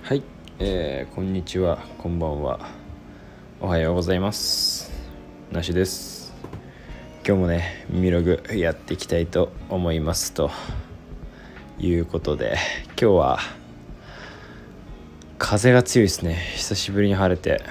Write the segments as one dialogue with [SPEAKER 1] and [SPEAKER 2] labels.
[SPEAKER 1] はい、こんにちは、こんばんは、おはようございます。なしです。今日もね、耳ログやっていきたいと思いますということで、今日は風が強いですね。久しぶりに晴れて、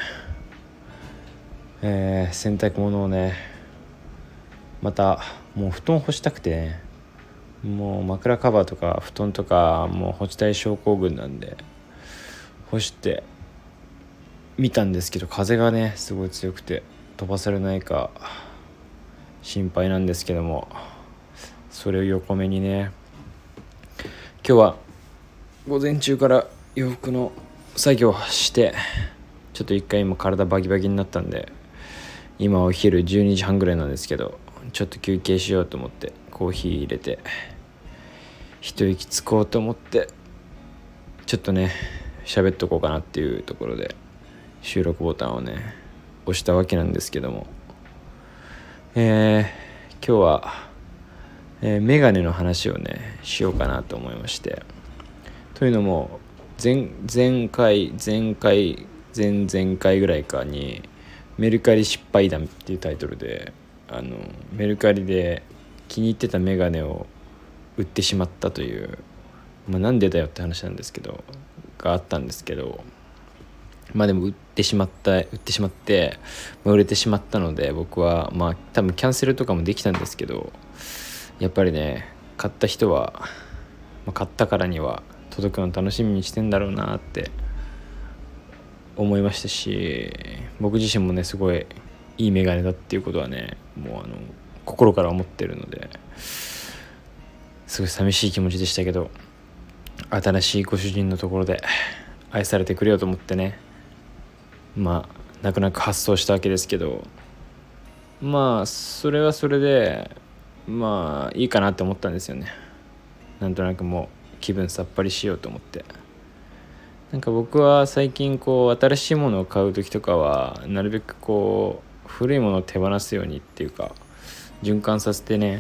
[SPEAKER 1] 洗濯物をね、またもう布団干したくてね、もう枕カバーとか布団とかもう干したい症候群なんで干して見たんですけど、風がねすごい強くて飛ばされないか心配なんですけども、それを横目にね、今日は午前中から洋服の作業して、ちょっと一回今体バキバキになったんで、今お昼12時半ぐらいなんですけど、ちょっと休憩しようと思ってコーヒー入れて一息つこうと思ってちょっとね喋っとこうかなっていうところで収録ボタンをね押したわけなんですけども、今日は、メガネの話をねしようかなと思いまして、というのも前々回前々回ぐらいかにメルカリ失敗談っていうタイトルでメルカリで気に入ってたメガネを売ってしまったという、なんでだよって話なんですけどがあったんですけど、でも売ってしまって、売れてしまったので、僕は多分キャンセルとかもできたんですけど、やっぱりね買った人は、買ったからには届くの楽しみにしてんだろうなって思いましたし、僕自身もねすごいいいメガネだっていうことはねもう心から思ってるので、すごい寂しい気持ちでしたけど、新しいご主人のところで愛されてくれようと思ってね、泣く泣く発送したわけですけど、それはそれでいいかなって思ったんですよね。なんとなくもう気分さっぱりしようと思って、僕は最近新しいものを買う時とかはなるべく古いものを手放すようにっていうか、循環させてね、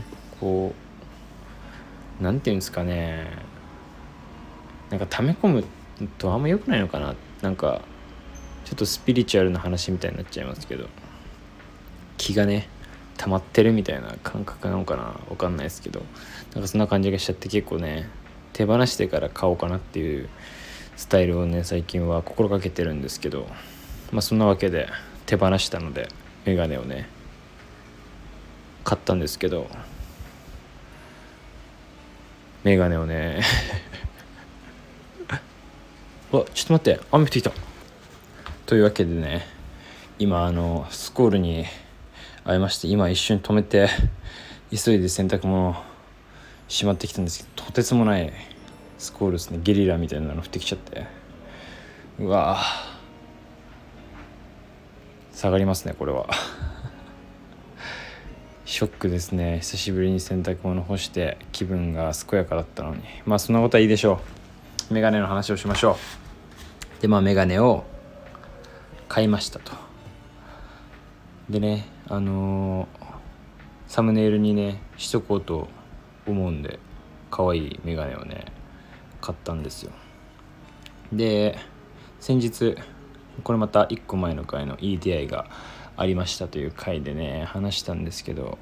[SPEAKER 1] なんていうんですかね、溜め込むとあんま良くないのかな、ちょっとスピリチュアルな話みたいになっちゃいますけど、気がね溜まってるみたいな感覚なのかな、分かんないですけど、そんな感じがしちゃって、結構ね手放してから買おうかなっていうスタイルをね最近は心がけてるんですけど、そんなわけで手放したのでメガネをね買ったんですけど、メガネをねちょっと待って、雨降ってきた。というわけでね、今スコールに会いまして、今一瞬止めて急いで洗濯物をしまってきたんですけど、とてつもないスコールですね。ゲリラみたいなの降ってきちゃって、うわ下がりますねこれはショックですね。久しぶりに洗濯物干して気分が健やかだったのに、そんなことはいいでしょう。メガネの話をしましょう。でメガネを買いましたと。でねサムネイルにねしとこうと思うんで、可愛いメガネをね買ったんですよ。で先日、これまた1個前の回のいい出会いがありましたという回でね話したんですけど、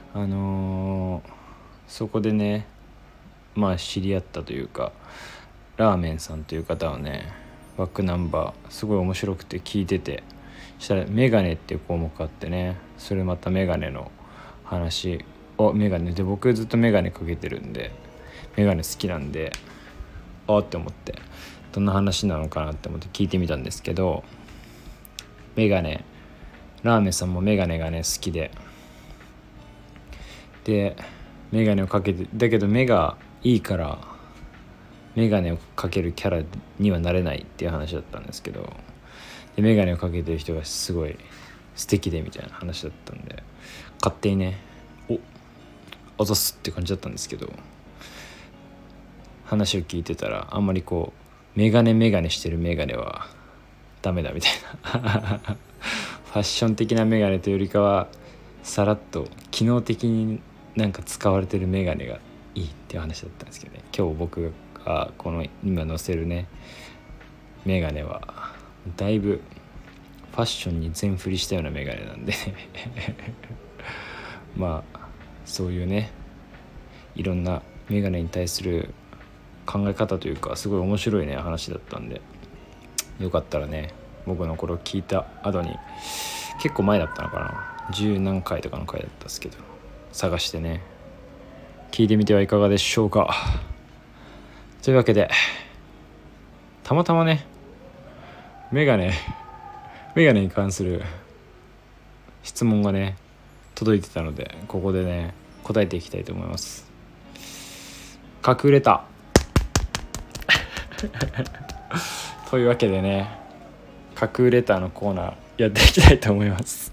[SPEAKER 1] そこでね知り合ったというか、ラーメンさんという方をねバックナンバーすごい面白くて聞いてて、したらメガネっていう項目あってね、それまたメガネの話を、メガネで僕ずっとメガネかけてるんでメガネ好きなんでって思って、どんな話なのかなって思って聞いてみたんですけど、メガネラーメンさんもメガネがね好きでメガネをかけて、だけど目がいいからメガネをかけるキャラにはなれないっていう話だったんですけど、でメガネをかけてる人がすごい素敵でみたいな話だったんで、勝手にねあざすって感じだったんですけど、話を聞いてたらあんまりメガネしてるメガネはダメだみたいなファッション的なメガネというよりかはさらっと機能的に使われてるメガネがいいっていう話だったんですけどね。今日僕がこの今載せるねメガネはだいぶファッションに全振りしたようなメガネなんでまあそういうね、いろんなメガネに対する考え方というか、すごい面白いね話だったんで、よかったらね、僕のこれを聞いた後に、結構前だったのかな、10何回とかの回だったんですけど、探してね聞いてみてはいかがでしょうか。というわけで、たまたまねメガネに関する質問がね届いてたので、ここでね答えていきたいと思います。隠れたというわけでね、隠れたのコーナーやっていきたいと思います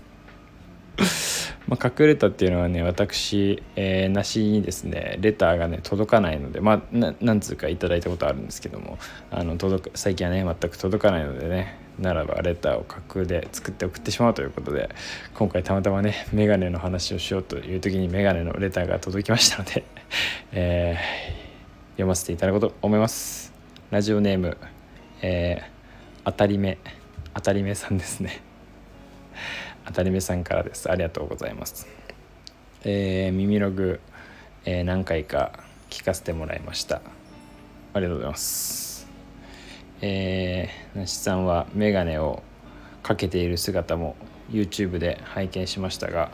[SPEAKER 1] 隠れたっていうのはね、私、なしにですねレターがね届かないので、何通かいただいたことあるんですけども、最近はね全く届かないのでね、ならばレターを架空で作って送ってしまうということで、今回たまたまねメガネの話をしようという時にメガネのレターが届きましたので、読ませていただこうと思います。ラジオネーム、当たり目さんですね。当たり目さんからです。ありがとうございます。耳ログ、何回か聞かせてもらいました。ありがとうございます。なしさんはメガネをかけている姿も YouTube で拝見しましたが、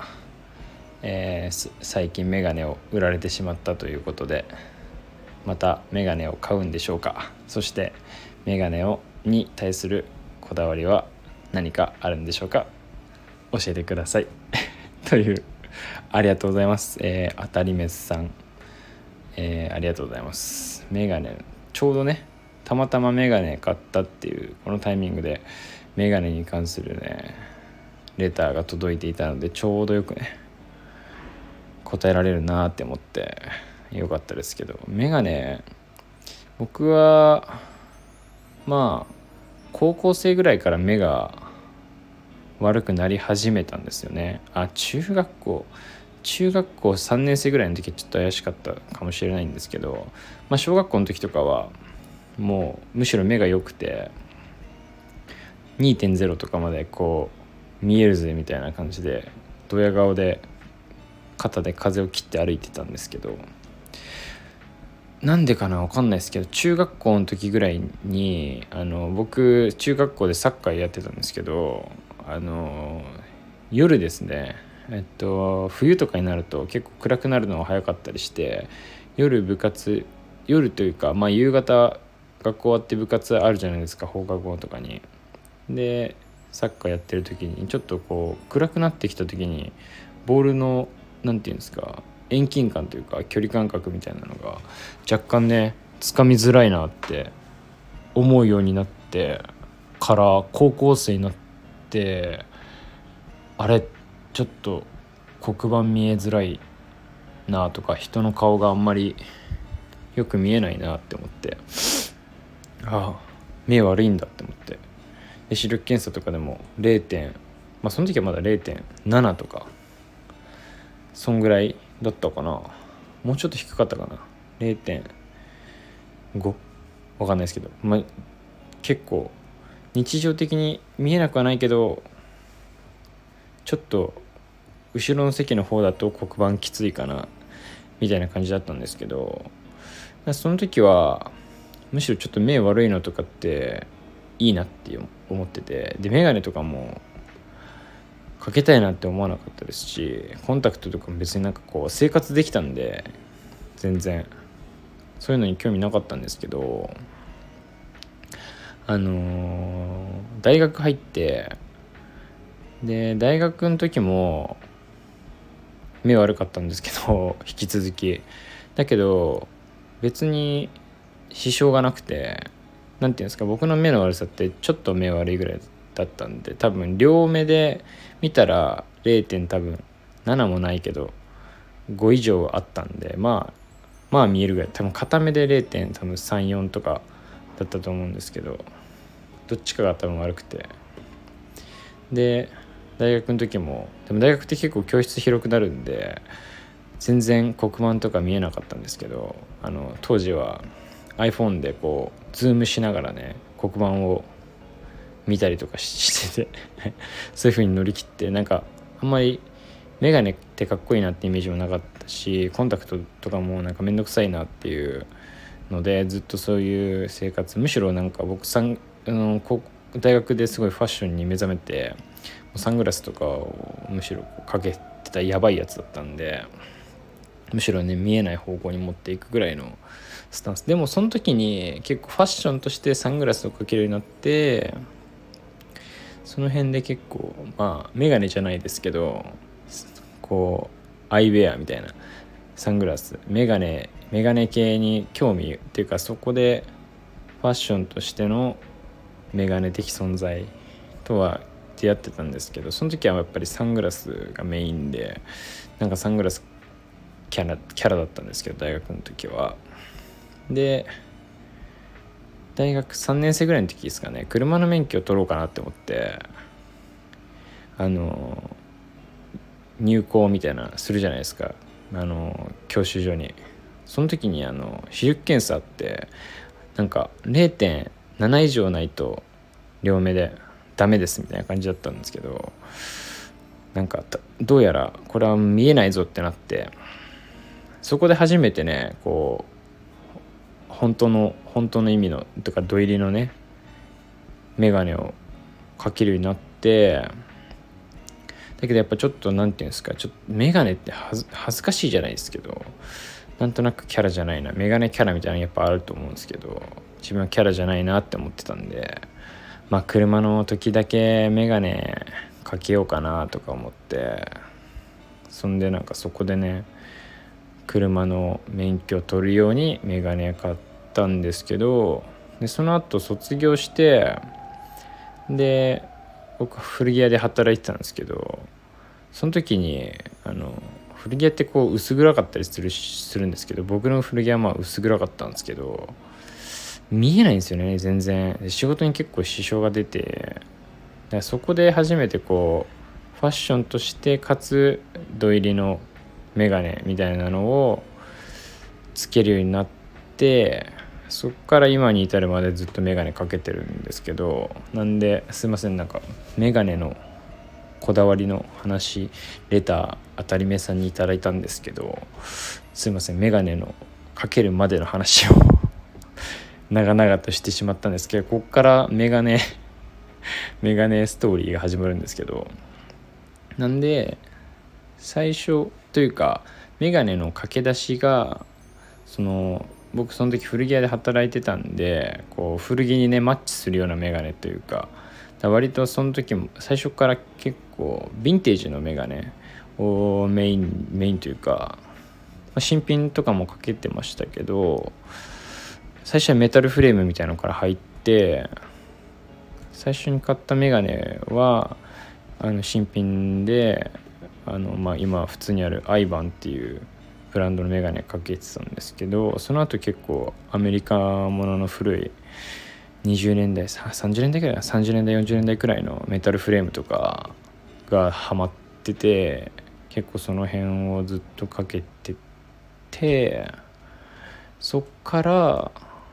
[SPEAKER 1] 最近メガネを売られてしまったということで、またメガネを買うんでしょうか。そしてメガネに対するこだわりは何かあるんでしょうか。教えてくださいという、ありがとうございます。当たりメスさん、ありがとうございます。メガネ、ちょうどねたまたまメガネ買ったっていうこのタイミングでメガネに関するねレターが届いていたので、ちょうどよくね答えられるなって思ってよかったですけど、メガネ、僕は高校生ぐらいから目が悪くなり始めたんですよね。中学校3年生ぐらいの時はちょっと怪しかったかもしれないんですけど、小学校の時とかはもうむしろ目が良くて 2.0 とかまでこう見えるぜみたいな感じで、ドヤ顔で肩で風を切って歩いてたんですけど、なんでかな分かんないですけど、中学校の時ぐらいに僕中学校でサッカーやってたんですけど、夜ですね、冬とかになると結構暗くなるのが早かったりして、夜というか夕方学校終わって部活あるじゃないですか、放課後とかに。でサッカーやってる時にちょっとこう暗くなってきた時に、ボールのなんていうんですか、遠近感というか距離感覚みたいなのが若干ねつかみづらいなって思うようになってから、高校生になって、あれちょっと黒板見えづらいなとか、人の顔があんまりよく見えないなって思って、目悪いんだって思って、で視力検査とかでもその時はまだ 0.7 とかそんぐらいだったかな、もうちょっと低かったかな、 0.5 わかんないですけど、結構日常的に見えなくはないけど、ちょっと後ろの席の方だと黒板きついかなみたいな感じだったんですけど、その時はむしろちょっと目悪いのとかっていいなって思ってて、でメガネとかもかけたいなって思わなかったですし、コンタクトとかも別に生活できたんで全然そういうのに興味なかったんですけど、大学入って、で大学の時も目悪かったんですけど引き続きだけど別に支障がなくて、なんていうんですか、僕の目の悪さってちょっと目悪いぐらいだったんで、多分両目で見たら 0. 多分7もないけど5以上あったんで、見えるぐらい、多分片目で 0. 多分3、4とかだったと思うんですけど、どっちかが多分悪くて、で大学の時も、でも大学って結構教室広くなるんで全然黒板とか見えなかったんですけど、当時は iPhone でこうズームしながらね黒板を見たりとかしててそういう風に乗り切って、なんかあんまりメガネってかっこいいなってイメージもなかったし、コンタクトとかもなんかめんどくさいなっていうので、ずっとそういう生活、むしろなんか僕大学ですごいファッションに目覚めて、サングラスとかをむしろかけてたやばいやつだったんで、むしろね見えない方向に持っていくぐらいのスタンスでも、その時に結構ファッションとしてサングラスをかけるようになって、その辺で結構まあメガネじゃないですけど、こうアイウェアみたいなサングラス、メガネ系に興味っていうか、そこでファッションとしてのメガネ的存在とは出会ってたんですけど、その時はやっぱりサングラスがメインで、なんかサングラスキャラだったんですけど、大学の時は。で大学3年生ぐらいの時ですかね、車の免許を取ろうかなって思って、入校みたいなするじゃないですか、教習所に。その時に視力検査ってなんか 0.7 以上ないと両目でダメですみたいな感じだったんですけど、なんかどうやらこれは見えないぞってなって、そこで初めてねこう本当の意味のとか土入りのねメガネをかけるようになって、だけどやっぱちょっとなんていうんですか、ちょっとメガネって恥ずかしいじゃないですけど、なんとなくキャラじゃないな、メガネキャラみたいなのやっぱあると思うんですけど、自分はキャラじゃないなって思ってたんで、まあ車の時だけメガネかけようかなとか思って、そんでなんかそこでね車の免許を取るようにメガネ買ったんですけど、でその後卒業して、で僕古着屋で働いてたんですけど、その時に古着屋ってこう薄暗かったりするんですけど、僕の古着屋はまあ薄暗かったんですけど、見えないんですよね全然。仕事に結構支障が出て、だからそこで初めてこうファッションとしてかつ土入りのメガネみたいなのをつけるようになって、そっから今に至るまでずっとメガネかけてるんですけど、なんですいません、なんかメガネのこだわりの話レター当たり目さんにいただいたんですけど、すいません、メガネのかけるまでの話を長々としてしまったんですけど、ここからメガネストーリーが始まるんですけど、なんで最初というかメガネの駆け出しが、僕その時古着屋で働いてたんで、こう古着にねマッチするようなメガネというか、割とその時も最初から結構ヴィンテージのメガネをメインというか、新品とかもかけてましたけど、最初はメタルフレームみたいなのから入って、最初に買ったメガネは新品で今普通にあるアイバンっていうブランドのメガネかけてたんですけど、その後結構アメリカものの古い20年代30年代くらい30年代40年代くらいのメタルフレームとかがハマってて、結構その辺をずっとかけてて、そっから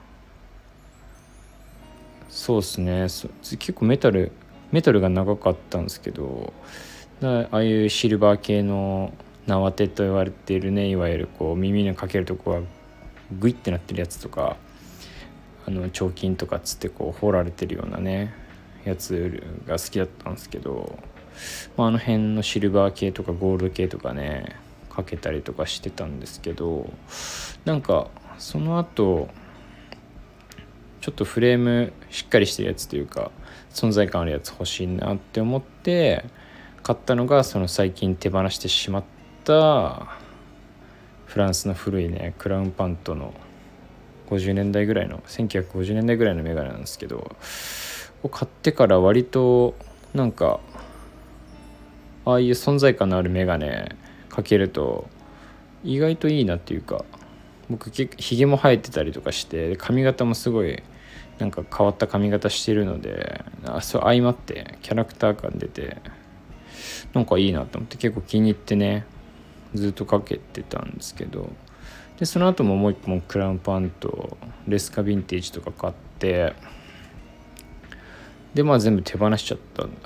[SPEAKER 1] そうですね、結構メタルが長かったんですけど、ああいうシルバー系の縄手と言われているね、いわゆるこう耳にかけるとこがグイってなってるやつとか、彫金とかつってこう彫られてるようなねやつが好きだったんですけど、あの辺のシルバー系とかゴールド系とかねかけたりとかしてたんですけど、なんかその後ちょっとフレームしっかりしてるやつというか存在感あるやつ欲しいなって思って買ったのが、その最近手放してしまったフランスの古いねクラウンパントの50年代ぐらいの1950年代ぐらいのメガネなんですけど、を買ってから割となんかああいう存在感のあるメガネかけると意外といいなっていうか、僕ひげも生えてたりとかして髪型もすごいなんか変わった髪型してるので、そう相まってキャラクター感出てなんかいいなと思って結構気に入ってねずっとかけてたんですけど、でその後ももう一本クラウンパンとレスカヴィンテージとか買って、 で全部手放しちゃった。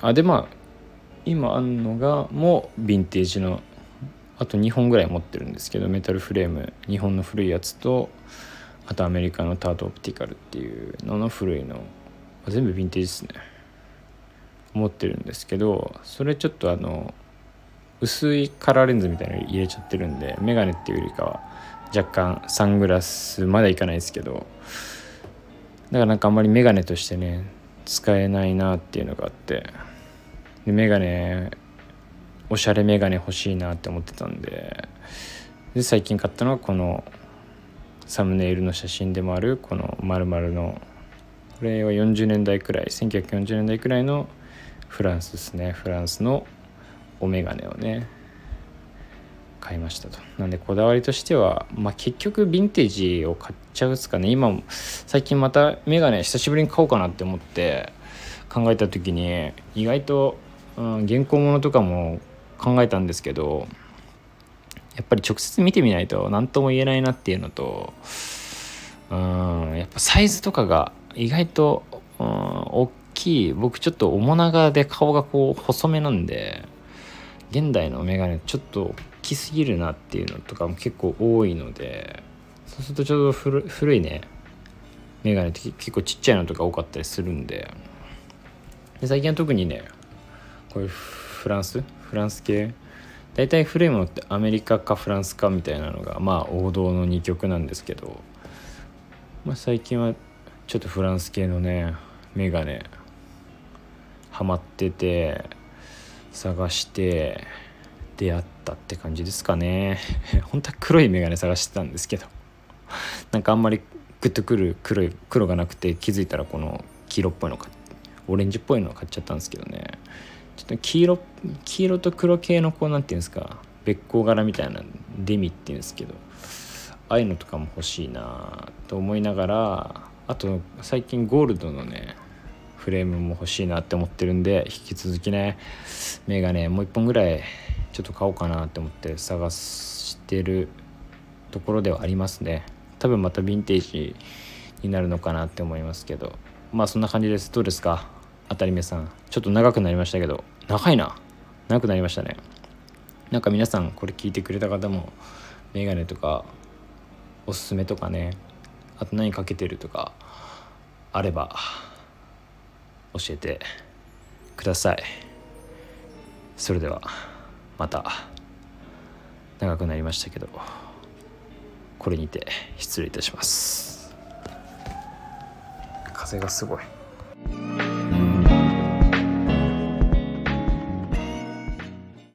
[SPEAKER 1] で今あんのがもうヴィンテージのあと2本ぐらい持ってるんですけど、メタルフレーム日本の古いやつと、あとアメリカのタートオプティカルっていうのの古いの、全部ヴィンテージですね、持ってるんですけど、それちょっと薄いカラーレンズみたいなの入れちゃってるんで、メガネっていうよりかは若干サングラスまだいかないですけど、だからなんかあんまりメガネとしてね使えないなっていうのがあって、でメガネおしゃれメガネ欲しいなって思ってたんで、最近買ったのはこのサムネイルの写真でもあるこの丸々の、これは40年代くらい1940年代くらいのフランスですね、フランスのおメガネをね買いましたと。なんでこだわりとしては、結局ヴィンテージを買っちゃうっすかね。今も最近またメガネ久しぶりに買おうかなって思って考えた時に、意外と、現行物とかも考えたんですけど、やっぱり直接見てみないと何とも言えないなっていうのと、やっぱサイズとかが意外と、大きい。僕ちょっと面長で顔がこう細めなんで、現代のメガネちょっと大きすぎるなっていうのとかも結構多いので、そうするとちょっと古いねメガネって結構ちっちゃいのとか多かったりするんで、最近は特にねこういうフランス系、だいたい古いものってアメリカかフランスかみたいなのが王道の2極なんですけど、最近はちょっとフランス系のねメガネハマってて、探して出会ったって感じですかね。本当は黒いメガネ探してたんですけど、なんかあんまりグッとくる黒がなくて、気づいたらこの黄色っぽいのかオレンジっぽいのを買っちゃったんですけどね。ちょっと黄色と黒系のこうなんていうんですか、べっ甲柄みたいなデミっていうんですけど、ああいうのとかも欲しいなと思いながら、あと最近ゴールドのねフレームも欲しいなって思ってるんで、引き続きねメガネもう一本ぐらいちょっと買おうかなって思って探してるところではありますね。多分またヴィンテージになるのかなって思いますけど、そんな感じです。どうですか当たり目さん。ちょっと長くなりましたけど、長くなりましたね。なんか皆さんこれ聞いてくれた方もメガネとかおすすめとかね、あと何かけてるとかあれば教えてください。それではまた。長くなりましたけど、これにて失礼いたします。風がすごい。